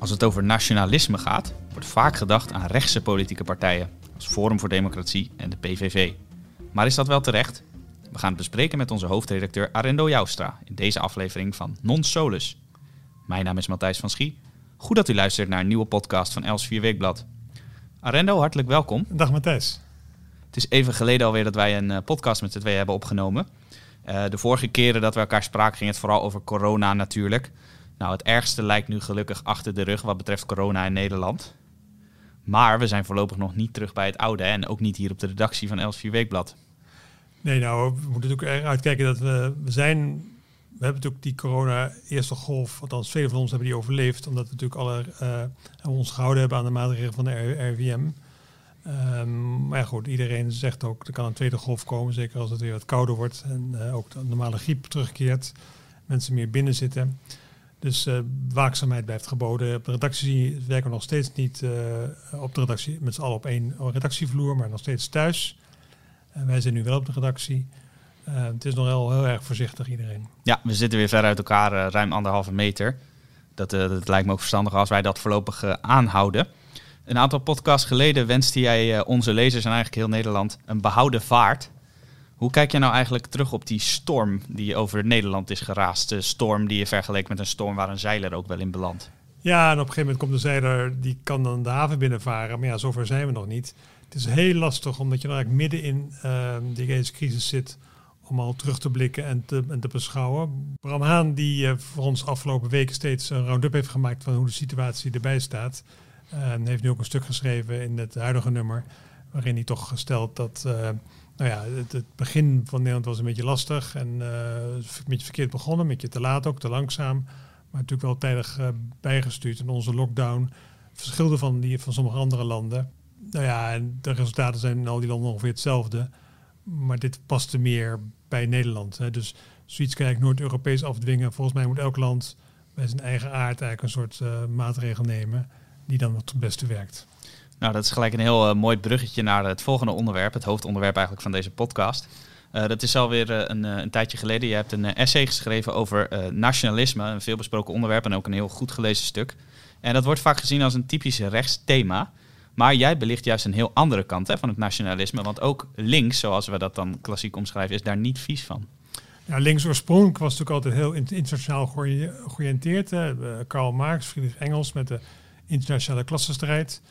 Als het over nationalisme gaat, wordt vaak gedacht aan rechtse politieke partijen, als Forum voor Democratie en de PVV. Maar is dat wel terecht? We gaan het bespreken met onze hoofdredacteur Arendo Joustra in deze aflevering van Non Solus. Mijn naam is Matthijs van Schie. Goed dat u luistert naar een nieuwe podcast van Elsevier Weekblad. Arendo, hartelijk welkom. Dag Matthijs. Het is even geleden alweer dat wij een podcast met z'n tweeën hebben opgenomen. De vorige keren dat we elkaar spraken ging het vooral over corona natuurlijk. Nou, het ergste lijkt nu gelukkig achter de rug wat betreft corona in Nederland. Maar we zijn voorlopig nog niet terug bij het oude en ook niet hier op de redactie van Elsevier Weekblad. Nee, nou, we moeten natuurlijk erg uitkijken dat we hebben natuurlijk die corona eerste golf, althans vele van ons hebben die overleefd, omdat we natuurlijk ons gehouden hebben aan de maatregelen van de RIVM. Maar ja, goed, iedereen zegt ook, er kan een tweede golf komen, zeker als het weer wat kouder wordt en ook de normale griep terugkeert, mensen meer binnen zitten. Dus waakzaamheid blijft geboden. Op de redactie werken we nog steeds niet op de redactie met z'n allen op één redactievloer, maar nog steeds thuis. Wij zijn nu wel op de redactie. Het is nog heel erg voorzichtig iedereen. Ja, we zitten weer ver uit elkaar, ruim 1,5 meter. Dat lijkt me ook verstandig als wij dat voorlopig aanhouden. Een aantal podcasts geleden wenste jij onze lezers en eigenlijk heel Nederland een behouden vaart. Hoe kijk je nou eigenlijk terug op die storm die over Nederland is geraast? De storm die je vergeleek met een storm waar een zeiler ook wel in belandt. Ja, en op een gegeven moment komt de zeiler, die kan dan de haven binnenvaren. Maar ja, zover zijn we nog niet. Het is heel lastig, omdat je dan eigenlijk midden in deze crisis zit, om al terug te blikken en te beschouwen. Bram Haan, die voor ons afgelopen weken steeds een round-up heeft gemaakt van hoe de situatie erbij staat, heeft nu ook een stuk geschreven in het huidige nummer, waarin hij toch stelt dat het begin van Nederland was een beetje lastig en een beetje verkeerd begonnen, een beetje te laat ook, te langzaam, maar natuurlijk wel tijdig bijgestuurd. En onze lockdown verschilde van die van sommige andere landen. Nou ja, en de resultaten zijn in al die landen ongeveer hetzelfde. Maar dit paste meer bij Nederland. Hè. Dus zoiets kan je nooit Europees afdwingen. Volgens mij moet elk land bij zijn eigen aard eigenlijk een soort maatregel nemen die dan het beste werkt. Nou, dat is gelijk een heel mooi bruggetje naar het volgende onderwerp. Het hoofdonderwerp eigenlijk van deze podcast. Dat is alweer een tijdje geleden. Je hebt een essay geschreven over nationalisme. Een veelbesproken onderwerp en ook een heel goed gelezen stuk. En dat wordt vaak gezien als een typisch rechtsthema. Maar jij belicht juist een heel andere kant van het nationalisme. Want ook links, zoals we dat dan klassiek omschrijven, is daar niet vies van. Ja, links oorspronkelijk was natuurlijk altijd heel internationaal georiënteerd. Karl Marx, Friedrich Engels met de internationale klassenstrijd.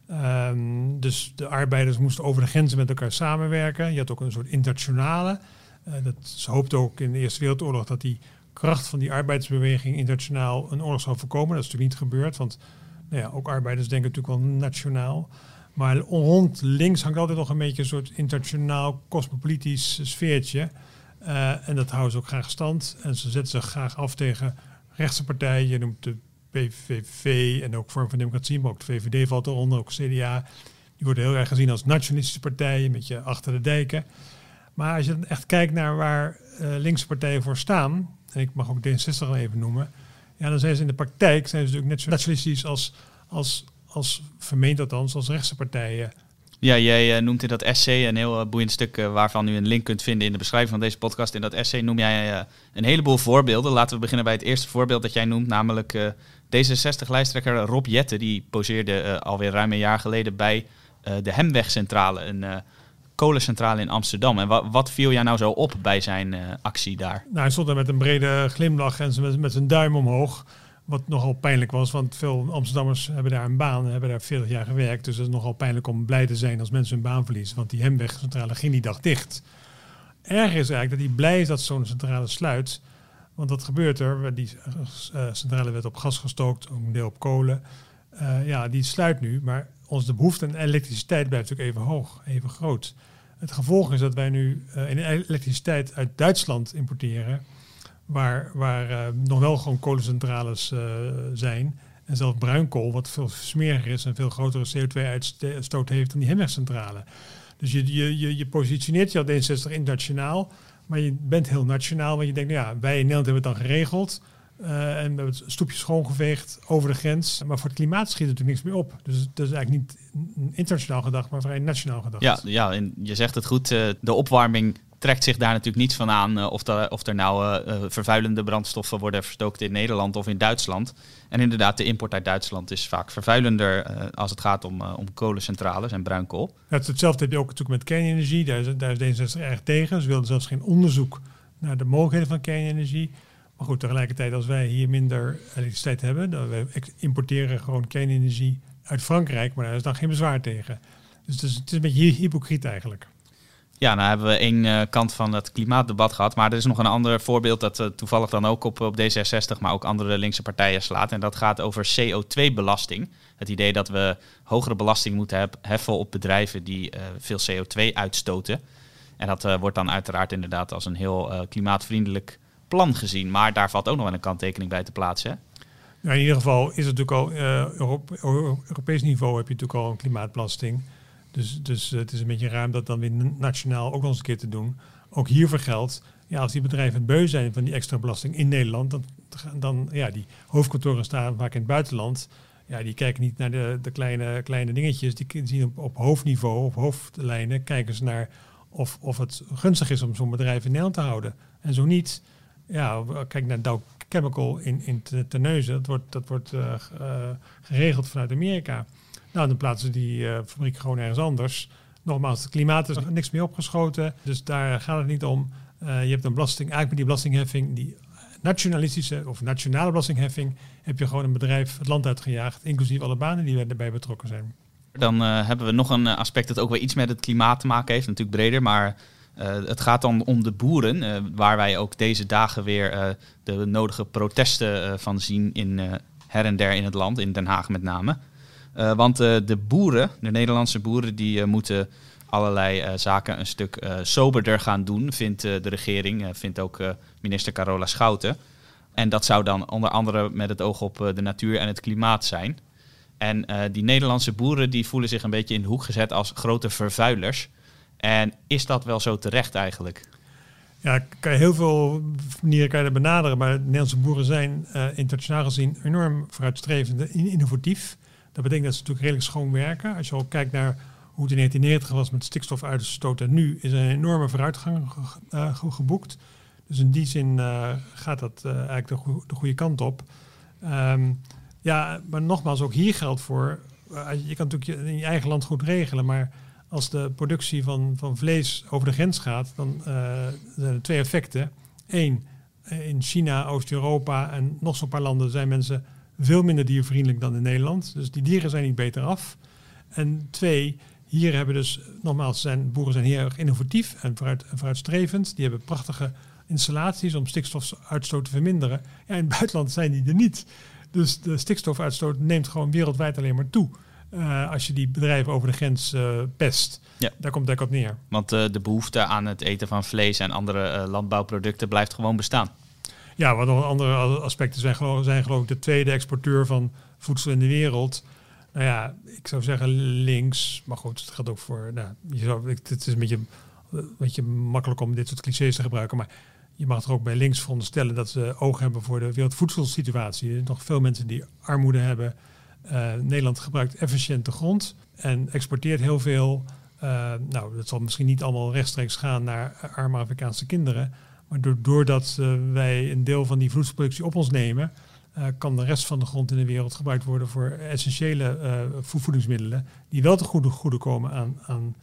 Dus de arbeiders moesten over de grenzen met elkaar samenwerken. Je had ook een soort internationale. Ze hoopten ook in de Eerste Wereldoorlog dat die kracht van die arbeidersbeweging internationaal een oorlog zou voorkomen. Dat is natuurlijk niet gebeurd, want ook arbeiders denken natuurlijk wel nationaal. Maar rond links hangt altijd nog een beetje een soort internationaal cosmopolitisch sfeertje. En dat houden ze ook graag stand. En ze zetten zich graag af tegen rechtse partijen. Je noemt de PVV en ook Forum voor Democratie, maar ook de VVD valt eronder, ook CDA. Die worden heel erg gezien als nationalistische partijen, een beetje achter de dijken. Maar als je dan echt kijkt naar waar linkse partijen voor staan, en ik mag ook D66 al even noemen, ja, dan zijn ze in de praktijk natuurlijk net zo nationalistisch als vermeend althans, als rechtse partijen. Ja, jij noemt in dat essay een heel boeiend stuk waarvan u een link kunt vinden in de beschrijving van deze podcast. In dat essay noem jij een heleboel voorbeelden. Laten we beginnen bij het eerste voorbeeld dat jij noemt, namelijk D66-lijsttrekker Rob Jetten. Die poseerde alweer ruim een jaar geleden bij de Hemwegcentrale, een kolencentrale in Amsterdam. En wat viel jou nou zo op bij zijn actie daar? Nou, hij stond daar met een brede glimlach en met zijn duim omhoog. Wat nogal pijnlijk was, want veel Amsterdammers hebben daar een baan, hebben daar 40 jaar gewerkt. Dus het is nogal pijnlijk om blij te zijn als mensen hun baan verliezen. Want die Hemwegcentrale ging die dag dicht. Erg is eigenlijk dat hij blij is dat zo'n centrale sluit. Want wat gebeurt er? Die centrale werd op gas gestookt, ook een deel op kolen. Die sluit nu, maar onze behoefte aan elektriciteit blijft natuurlijk even hoog, even groot. Het gevolg is dat wij nu elektriciteit uit Duitsland importeren, waar nog wel gewoon kolencentrales zijn. En zelfs bruinkool, wat veel smeriger is en veel grotere CO2-uitstoot heeft dan die Hemwegcentrale. Dus je positioneert je al D66 internationaal, maar je bent heel nationaal. Want je denkt, wij in Nederland hebben het dan geregeld. En we hebben het stoepje schoongeveegd over de grens. Maar voor het klimaat schiet er natuurlijk niks meer op. Dus het is eigenlijk niet internationaal gedacht, maar vrij nationaal gedacht. Ja, en je zegt het goed. De opwarming trekt zich daar natuurlijk niets van aan of er nou vervuilende brandstoffen worden verstookt in Nederland of in Duitsland. En inderdaad, de import uit Duitsland is vaak vervuilender als het gaat om kolencentrales en bruinkool. Ja, hetzelfde heb je ook natuurlijk met kernenergie. Daar is D66 erg tegen. Ze wilden zelfs geen onderzoek naar de mogelijkheden van kernenergie. Maar goed, tegelijkertijd als wij hier minder elektriciteit hebben, dan wij importeren gewoon kernenergie uit Frankrijk, maar daar is dan geen bezwaar tegen. Dus het is een beetje hypocriet eigenlijk. Ja, nou hebben we één kant van het klimaatdebat gehad. Maar er is nog een ander voorbeeld dat toevallig dan ook op D66, maar ook andere linkse partijen slaat. En dat gaat over CO2-belasting. Het idee dat we hogere belasting moeten heffen op bedrijven die veel CO2 uitstoten. En dat wordt dan uiteraard inderdaad als een heel klimaatvriendelijk plan gezien. Maar daar valt ook nog wel een kanttekening bij te plaatsen. Hè? Ja, in ieder geval is het natuurlijk al Europees niveau heb je natuurlijk al een klimaatbelasting. Dus het is een beetje ruim dat dan weer nationaal ook nog eens een keer te doen. Ook hiervoor geldt, ja, als die bedrijven het beu zijn van die extra belasting in Nederland, dan die hoofdkantoren staan vaak in het buitenland. Ja, die kijken niet naar de kleine dingetjes. Die zien op hoofdniveau, op hoofdlijnen, kijken ze naar of het gunstig is om zo'n bedrijf in Nederland te houden. En zo niet, ja, kijk naar Dow Chemical in Terneuzen. Dat wordt geregeld vanuit Amerika. Nou, dan plaatsen die fabriek gewoon ergens anders. Nogmaals, het klimaat is niks meer opgeschoten. Dus daar gaat het niet om. Je hebt een belasting, eigenlijk met die belastingheffing, die nationalistische of nationale belastingheffing, heb je gewoon een bedrijf het land uitgejaagd, inclusief alle banen die erbij betrokken zijn. Dan hebben we nog een aspect dat ook weer iets met het klimaat te maken heeft, natuurlijk breder, maar het gaat dan om de boeren, waar wij ook deze dagen weer de nodige protesten van zien her en der in het land, in Den Haag met name. Want de boeren, de Nederlandse boeren, die moeten allerlei zaken een stuk soberder gaan doen, vindt de regering, vindt ook minister Carola Schouten. En dat zou dan onder andere met het oog op de natuur en het klimaat zijn. En die Nederlandse boeren die voelen zich een beetje in de hoek gezet als grote vervuilers. En is dat wel zo terecht eigenlijk? Ja, heel veel manieren kan je dat benaderen, maar de Nederlandse boeren zijn internationaal gezien enorm vooruitstrevend en innovatief. Dat betekent dat ze natuurlijk redelijk schoon werken. Als je ook kijkt naar hoe het in 1990 was met stikstofuitstoot en nu, is er een enorme vooruitgang geboekt. Dus in die zin gaat dat eigenlijk de goede kant op. Ja, maar nogmaals, ook hier geldt voor, je kan natuurlijk in je eigen land goed regelen, maar als de productie van vlees over de grens gaat, dan zijn er twee effecten. Eén, in China, Oost-Europa en nog zo'n paar landen zijn mensen veel minder diervriendelijk dan in Nederland. Dus die dieren zijn niet beter af. En twee, hier hebben dus, nogmaals, boeren zijn heel erg innovatief en vooruitstrevend. Die hebben prachtige installaties om stikstofuitstoot te verminderen. Ja, in het buitenland zijn die er niet. Dus de stikstofuitstoot neemt gewoon wereldwijd alleen maar toe. Als je die bedrijven over de grens pest. Ja. Daar komt het op neer. Want de behoefte aan het eten van vlees en andere landbouwproducten blijft gewoon bestaan. Ja, wat nog andere aspecten zijn geloof ik de tweede exporteur van voedsel in de wereld. Nou ja, ik zou zeggen links. Maar goed, het gaat ook voor... het is een beetje makkelijk om dit soort clichés te gebruiken. Maar je mag er ook bij links veronderstellen dat ze oog hebben voor de wereldvoedselsituatie. Er zijn nog veel mensen die armoede hebben. Nederland gebruikt efficiënt de grond en exporteert heel veel. Dat zal misschien niet allemaal rechtstreeks gaan naar arme Afrikaanse kinderen. Maar doordat wij een deel van die voedselproductie op ons nemen, kan de rest van de grond in de wereld gebruikt worden voor essentiële voedingsmiddelen die wel te goede komen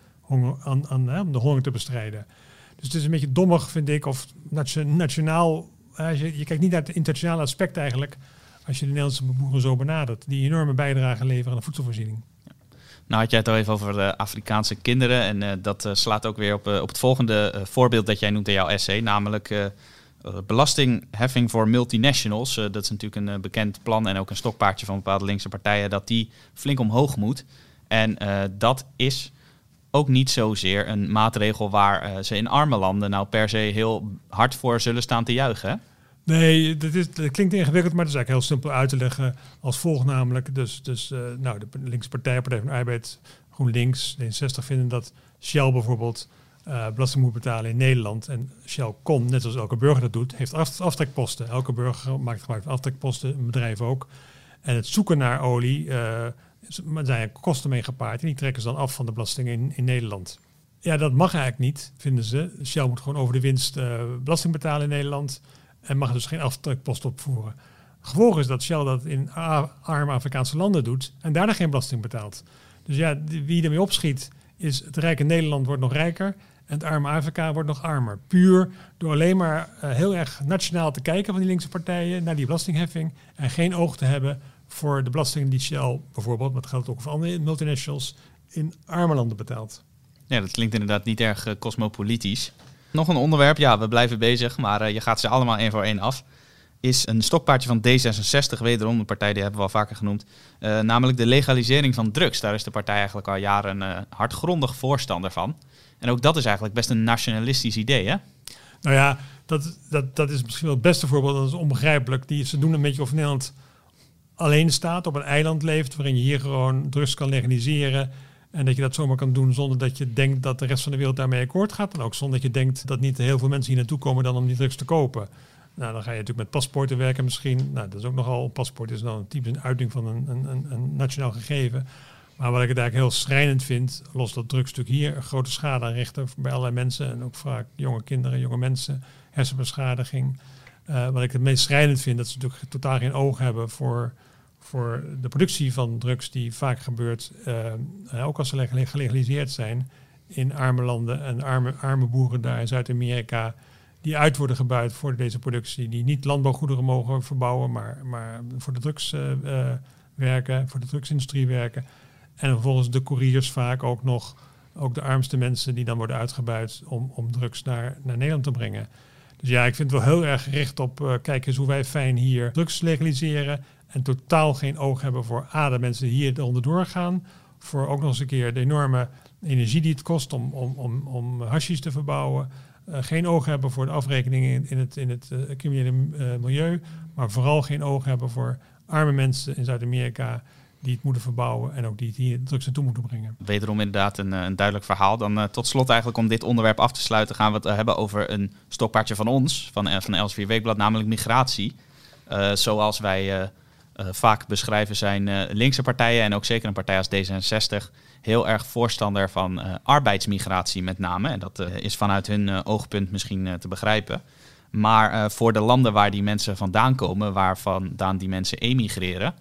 om de honger te bestrijden. Dus het is een beetje dommig, vind ik, of nationaal. Je kijkt niet naar het internationale aspect eigenlijk, als je de Nederlandse boeren zo benadert, die enorme bijdrage leveren aan de voedselvoorziening. Nou had jij het al even over de Afrikaanse kinderen en dat slaat ook weer op het volgende voorbeeld dat jij noemt in jouw essay, namelijk belastingheffing voor multinationals. Dat is natuurlijk een bekend plan en ook een stokpaardje van bepaalde linkse partijen, dat die flink omhoog moet. En dat is ook niet zozeer een maatregel waar ze in arme landen nou per se heel hard voor zullen staan te juichen, hè? Nee, dat klinkt ingewikkeld, maar dat is eigenlijk heel simpel uit te leggen als volgt namelijk. Dus de linkse partij van de Arbeid, GroenLinks, D66 vinden dat Shell bijvoorbeeld belasting moet betalen in Nederland. En Shell kon, net zoals elke burger dat doet, heeft aftrekposten. Elke burger maakt gebruik van aftrekposten, een bedrijf ook. En het zoeken naar olie, zijn kosten mee gepaard. En die trekken ze dan af van de belasting in Nederland. Ja, dat mag eigenlijk niet, vinden ze. Shell moet gewoon over de winst belasting betalen in Nederland en mag dus geen aftrekpost opvoeren. Gevolg is dat Shell dat in arme Afrikaanse landen doet en daarna geen belasting betaalt. Dus ja, wie ermee opschiet is het rijke Nederland wordt nog rijker en het arme Afrika wordt nog armer. Puur door alleen maar heel erg nationaal te kijken van die linkse partijen naar die belastingheffing en geen oog te hebben voor de belastingen die Shell bijvoorbeeld, maar dat geldt ook voor andere multinationals, in arme landen betaalt. Ja, dat klinkt inderdaad niet erg cosmopolitisch. Nog een onderwerp, ja, we blijven bezig, maar je gaat ze allemaal één voor één af. Is een stokpaardje van D66, wederom een partij die hebben we al vaker genoemd. Namelijk de legalisering van drugs. Daar is de partij eigenlijk al jaren hardgrondig voorstander van. En ook dat is eigenlijk best een nationalistisch idee, hè? Nou ja, dat is misschien wel het beste voorbeeld. Dat is onbegrijpelijk. Ze doen een beetje of Nederland alleen staat, op een eiland leeft, waarin je hier gewoon drugs kan legaliseren. En dat je dat zomaar kan doen zonder dat je denkt dat de rest van de wereld daarmee akkoord gaat. En ook zonder dat je denkt dat niet heel veel mensen hier naartoe komen dan om die drugs te kopen. Nou, dan ga je natuurlijk met paspoorten werken misschien. Nou, dat is ook nogal, een paspoort is dan een type een uiting van een nationaal gegeven. Maar wat ik het eigenlijk heel schrijnend vind, los dat drugs natuurlijk hier een grote schade aanrichten bij allerlei mensen. En ook vaak jonge kinderen, jonge mensen, hersenbeschadiging. Wat ik het meest schrijnend vind, dat ze natuurlijk totaal geen oog hebben voor de productie van drugs die vaak gebeurt, ook als ze gelegaliseerd zijn in arme landen en arme boeren daar in Zuid-Amerika, die uit worden gebuit voor deze productie, die niet landbouwgoederen mogen verbouwen, maar voor de drugs werken, voor de drugsindustrie werken. En vervolgens de couriers vaak ook nog, ook de armste mensen die dan worden uitgebuit om drugs naar Nederland te brengen. Dus ja, ik vind het wel heel erg gericht op, kijk eens hoe wij fijn hier drugs legaliseren en totaal geen oog hebben voor de mensen die hier onderdoor gaan. Voor ook nog eens een keer de enorme energie die het kost om hashish te verbouwen. Geen oog hebben voor de afrekeningen in het criminele milieu. Maar vooral geen oog hebben voor arme mensen in Zuid-Amerika die het moeten verbouwen en ook die hier drugs naartoe moeten brengen. Wederom inderdaad een duidelijk verhaal. Dan tot slot eigenlijk om dit onderwerp af te sluiten gaan we het hebben over een stokpaardje van ons, van Elsevier Weekblad, namelijk migratie. Zoals wij vaak beschrijven zijn linkse partijen en ook zeker een partij als D66 heel erg voorstander van arbeidsmigratie met name. En dat is vanuit hun oogpunt misschien te begrijpen. Maar voor de landen waar die mensen vandaan komen, waar vandaan die mensen emigreren,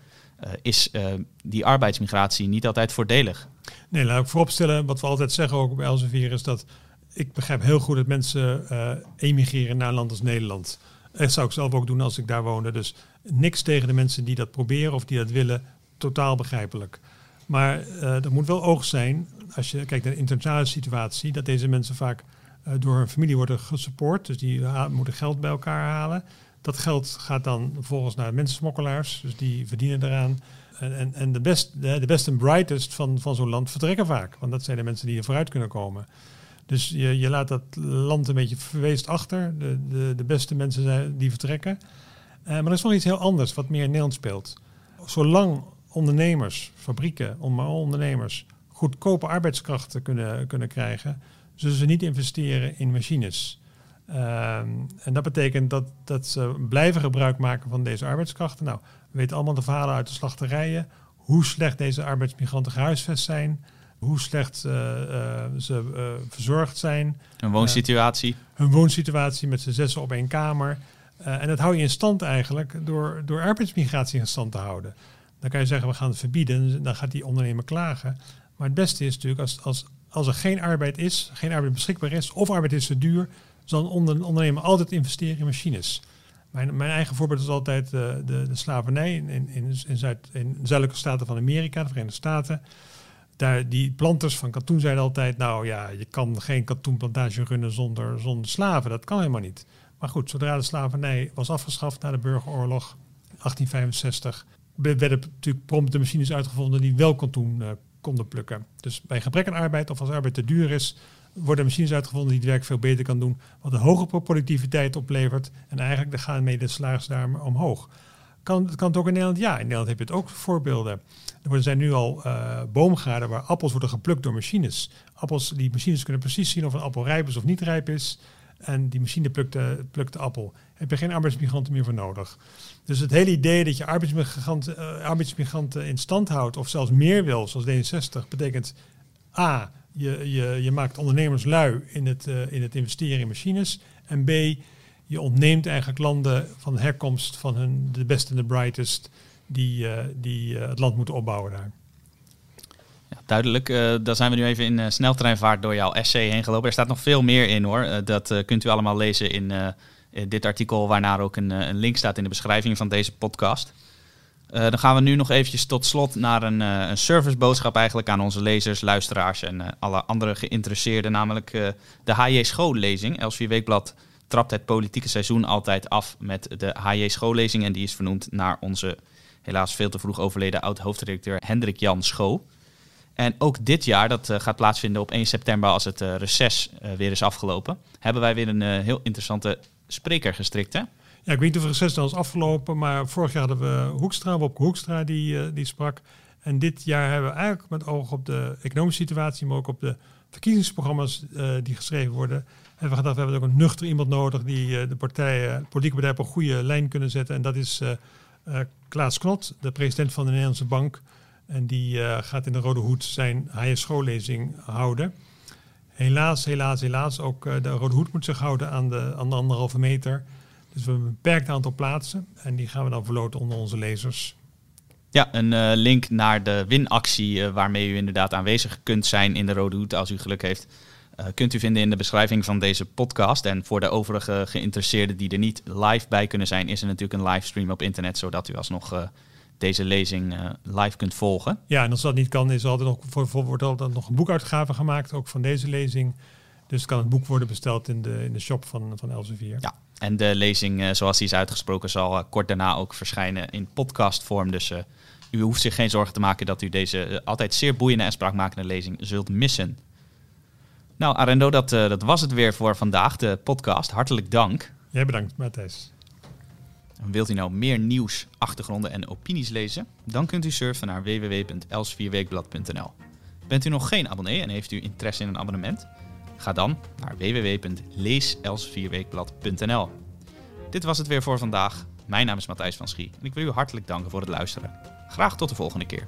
is die arbeidsmigratie niet altijd voordelig. Nee, laat ik vooropstellen, wat we altijd zeggen ook bij Elsevier is dat ik begrijp heel goed dat mensen emigreren naar een land als Nederland. Dat zou ik zelf ook doen als ik daar woonde. Dus niks tegen de mensen die dat proberen of die dat willen. Totaal begrijpelijk. Maar er moet wel oog zijn, als je kijkt naar de internationale situatie, dat deze mensen vaak door hun familie worden gesupport. Dus die moeten geld bij elkaar halen. Dat geld gaat dan vervolgens naar mensensmokkelaars. Dus die verdienen eraan. En de best en brightest van zo'n land vertrekken vaak. Want dat zijn de mensen die er vooruit kunnen komen. Dus je laat dat land een beetje verweest achter. De beste mensen zijn die vertrekken. Maar er is nog iets heel anders wat meer in Nederland speelt. Zolang ondernemers, fabrieken, ondernemers goedkope arbeidskrachten kunnen krijgen, zullen ze niet investeren in machines. En dat betekent dat ze blijven gebruik maken van deze arbeidskrachten. Nou, we weten allemaal de verhalen uit de slachterijen, hoe slecht deze arbeidsmigranten gehuisvest zijn, hoe slecht ze verzorgd zijn. Hun woonsituatie. Hun woonsituatie met z'n zessen op één kamer. En dat hou je in stand eigenlijk door arbeidsmigratie in stand te houden. Dan kan je zeggen, we gaan het verbieden, dan gaat die ondernemer klagen. Maar het beste is natuurlijk, als er geen arbeid beschikbaar is, of arbeid is te duur, zal een ondernemer altijd investeren in machines. Mijn eigen voorbeeld is altijd de slavernij in zuidelijke staten van Amerika, de Verenigde Staten. Daar, die planters van katoen zeiden altijd, nou ja, je kan geen katoenplantage runnen zonder slaven. Dat kan helemaal niet. Maar goed, zodra de slavernij was afgeschaft na de burgeroorlog, 1865, werden natuurlijk prompt de machines uitgevonden die wel katoen konden plukken. Dus bij gebrek aan arbeid of als arbeid te duur is, worden machines uitgevonden die het werk veel beter kan doen, wat een hogere productiviteit oplevert en eigenlijk gaan mee de salarissen daar omhoog. Kan het ook in Nederland? Ja, in Nederland heb je het ook voorbeelden. Er zijn nu al boomgaarden waar appels worden geplukt door machines. Die machines kunnen precies zien of een appel rijp is of niet rijp is. En die machine plukt de appel. Heb je geen arbeidsmigranten meer voor nodig. Dus het hele idee dat je arbeidsmigranten in stand houdt, of zelfs meer wil, zoals D66, betekent Je maakt ondernemers lui in het investeren in machines. En B, je ontneemt eigenlijk landen van herkomst van de best en de brightest die het land moeten opbouwen daar. Ja, duidelijk. Dan zijn we nu even in sneltreinvaart door jouw essay heen gelopen. Er staat nog veel meer in hoor. Dat kunt u allemaal lezen in dit artikel, waarnaar ook een link staat in de beschrijving van deze podcast. Dan gaan we nu nog eventjes tot slot naar een serviceboodschap eigenlijk aan onze lezers, luisteraars en alle andere geïnteresseerden. Namelijk de H.J. Schoollezing. Elsevier Weekblad trapt het politieke seizoen altijd af met de H.J. Schoollezing. En die is vernoemd naar onze helaas veel te vroeg overleden oud-hoofdredacteur Hendrik Jan Schoo. En ook dit jaar, dat gaat plaatsvinden op 1 september als het reces weer is afgelopen, hebben wij weer een heel interessante spreker gestrikt, hè? Ja, ik weet niet of het reces dan is afgelopen, maar vorig jaar hadden we Wopke Hoekstra die sprak. En dit jaar hebben we eigenlijk met oog op de economische situatie, maar ook op de verkiezingsprogramma's die geschreven worden, hebben we gedacht, we hebben ook een nuchter iemand nodig die de politieke partij op een goede lijn kunnen zetten. En dat is Klaas Knot, de president van de Nederlandse Bank. En die gaat in de Rode Hoed zijn H.J. Schoollezing houden. Helaas. Ook de Rode Hoed moet zich houden aan de 1,5 meter. Dus we hebben een beperkt aantal plaatsen. En die gaan we dan verloten onder onze lezers. Ja, een link naar de winactie waarmee u inderdaad aanwezig kunt zijn in de Rode Hoed als u geluk heeft. Kunt u vinden in de beschrijving van deze podcast. En voor de overige geïnteresseerden die er niet live bij kunnen zijn, is er natuurlijk een livestream op internet, zodat u alsnog deze lezing live kunt volgen. Ja, en als dat niet kan, wordt er altijd nog een boekuitgave gemaakt, ook van deze lezing. Dus kan het boek worden besteld in de shop van Elsevier. Ja, en de lezing, zoals die is uitgesproken, zal kort daarna ook verschijnen in podcastvorm. Dus u hoeft zich geen zorgen te maken dat u deze altijd zeer boeiende en spraakmakende lezing zult missen. Nou, Arendo, dat was het weer voor vandaag, de podcast. Hartelijk dank. Jij bedankt, Matthijs. Wilt u nou meer nieuws, achtergronden en opinies lezen? Dan kunt u surfen naar www.elsevierweekblad.nl. Bent u nog geen abonnee en heeft u interesse in een abonnement? Ga dan naar www.leeselsevierweekblad.nl. Dit was het weer voor vandaag. Mijn naam is Matthijs van Schie en ik wil u hartelijk danken voor het luisteren. Graag tot de volgende keer.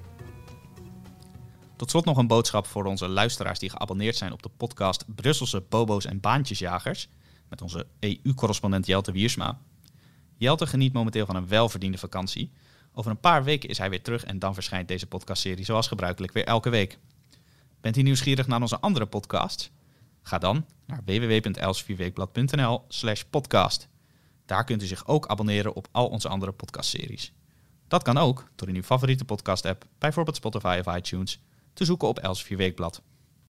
Tot slot nog een boodschap voor onze luisteraars die geabonneerd zijn op de podcast Brusselse Bobo's en Baantjesjagers met onze EU-correspondent Jelte Wiersma. Jelte geniet momenteel van een welverdiende vakantie. Over een paar weken is hij weer terug en dan verschijnt deze podcastserie zoals gebruikelijk weer elke week. Bent u nieuwsgierig naar onze andere podcasts? Ga dan naar www.elsevierweekblad.nl/podcast. Daar kunt u zich ook abonneren op al onze andere podcastseries. Dat kan ook door in uw favoriete podcast-app, bijvoorbeeld Spotify of iTunes, te zoeken op Elsevier Weekblad.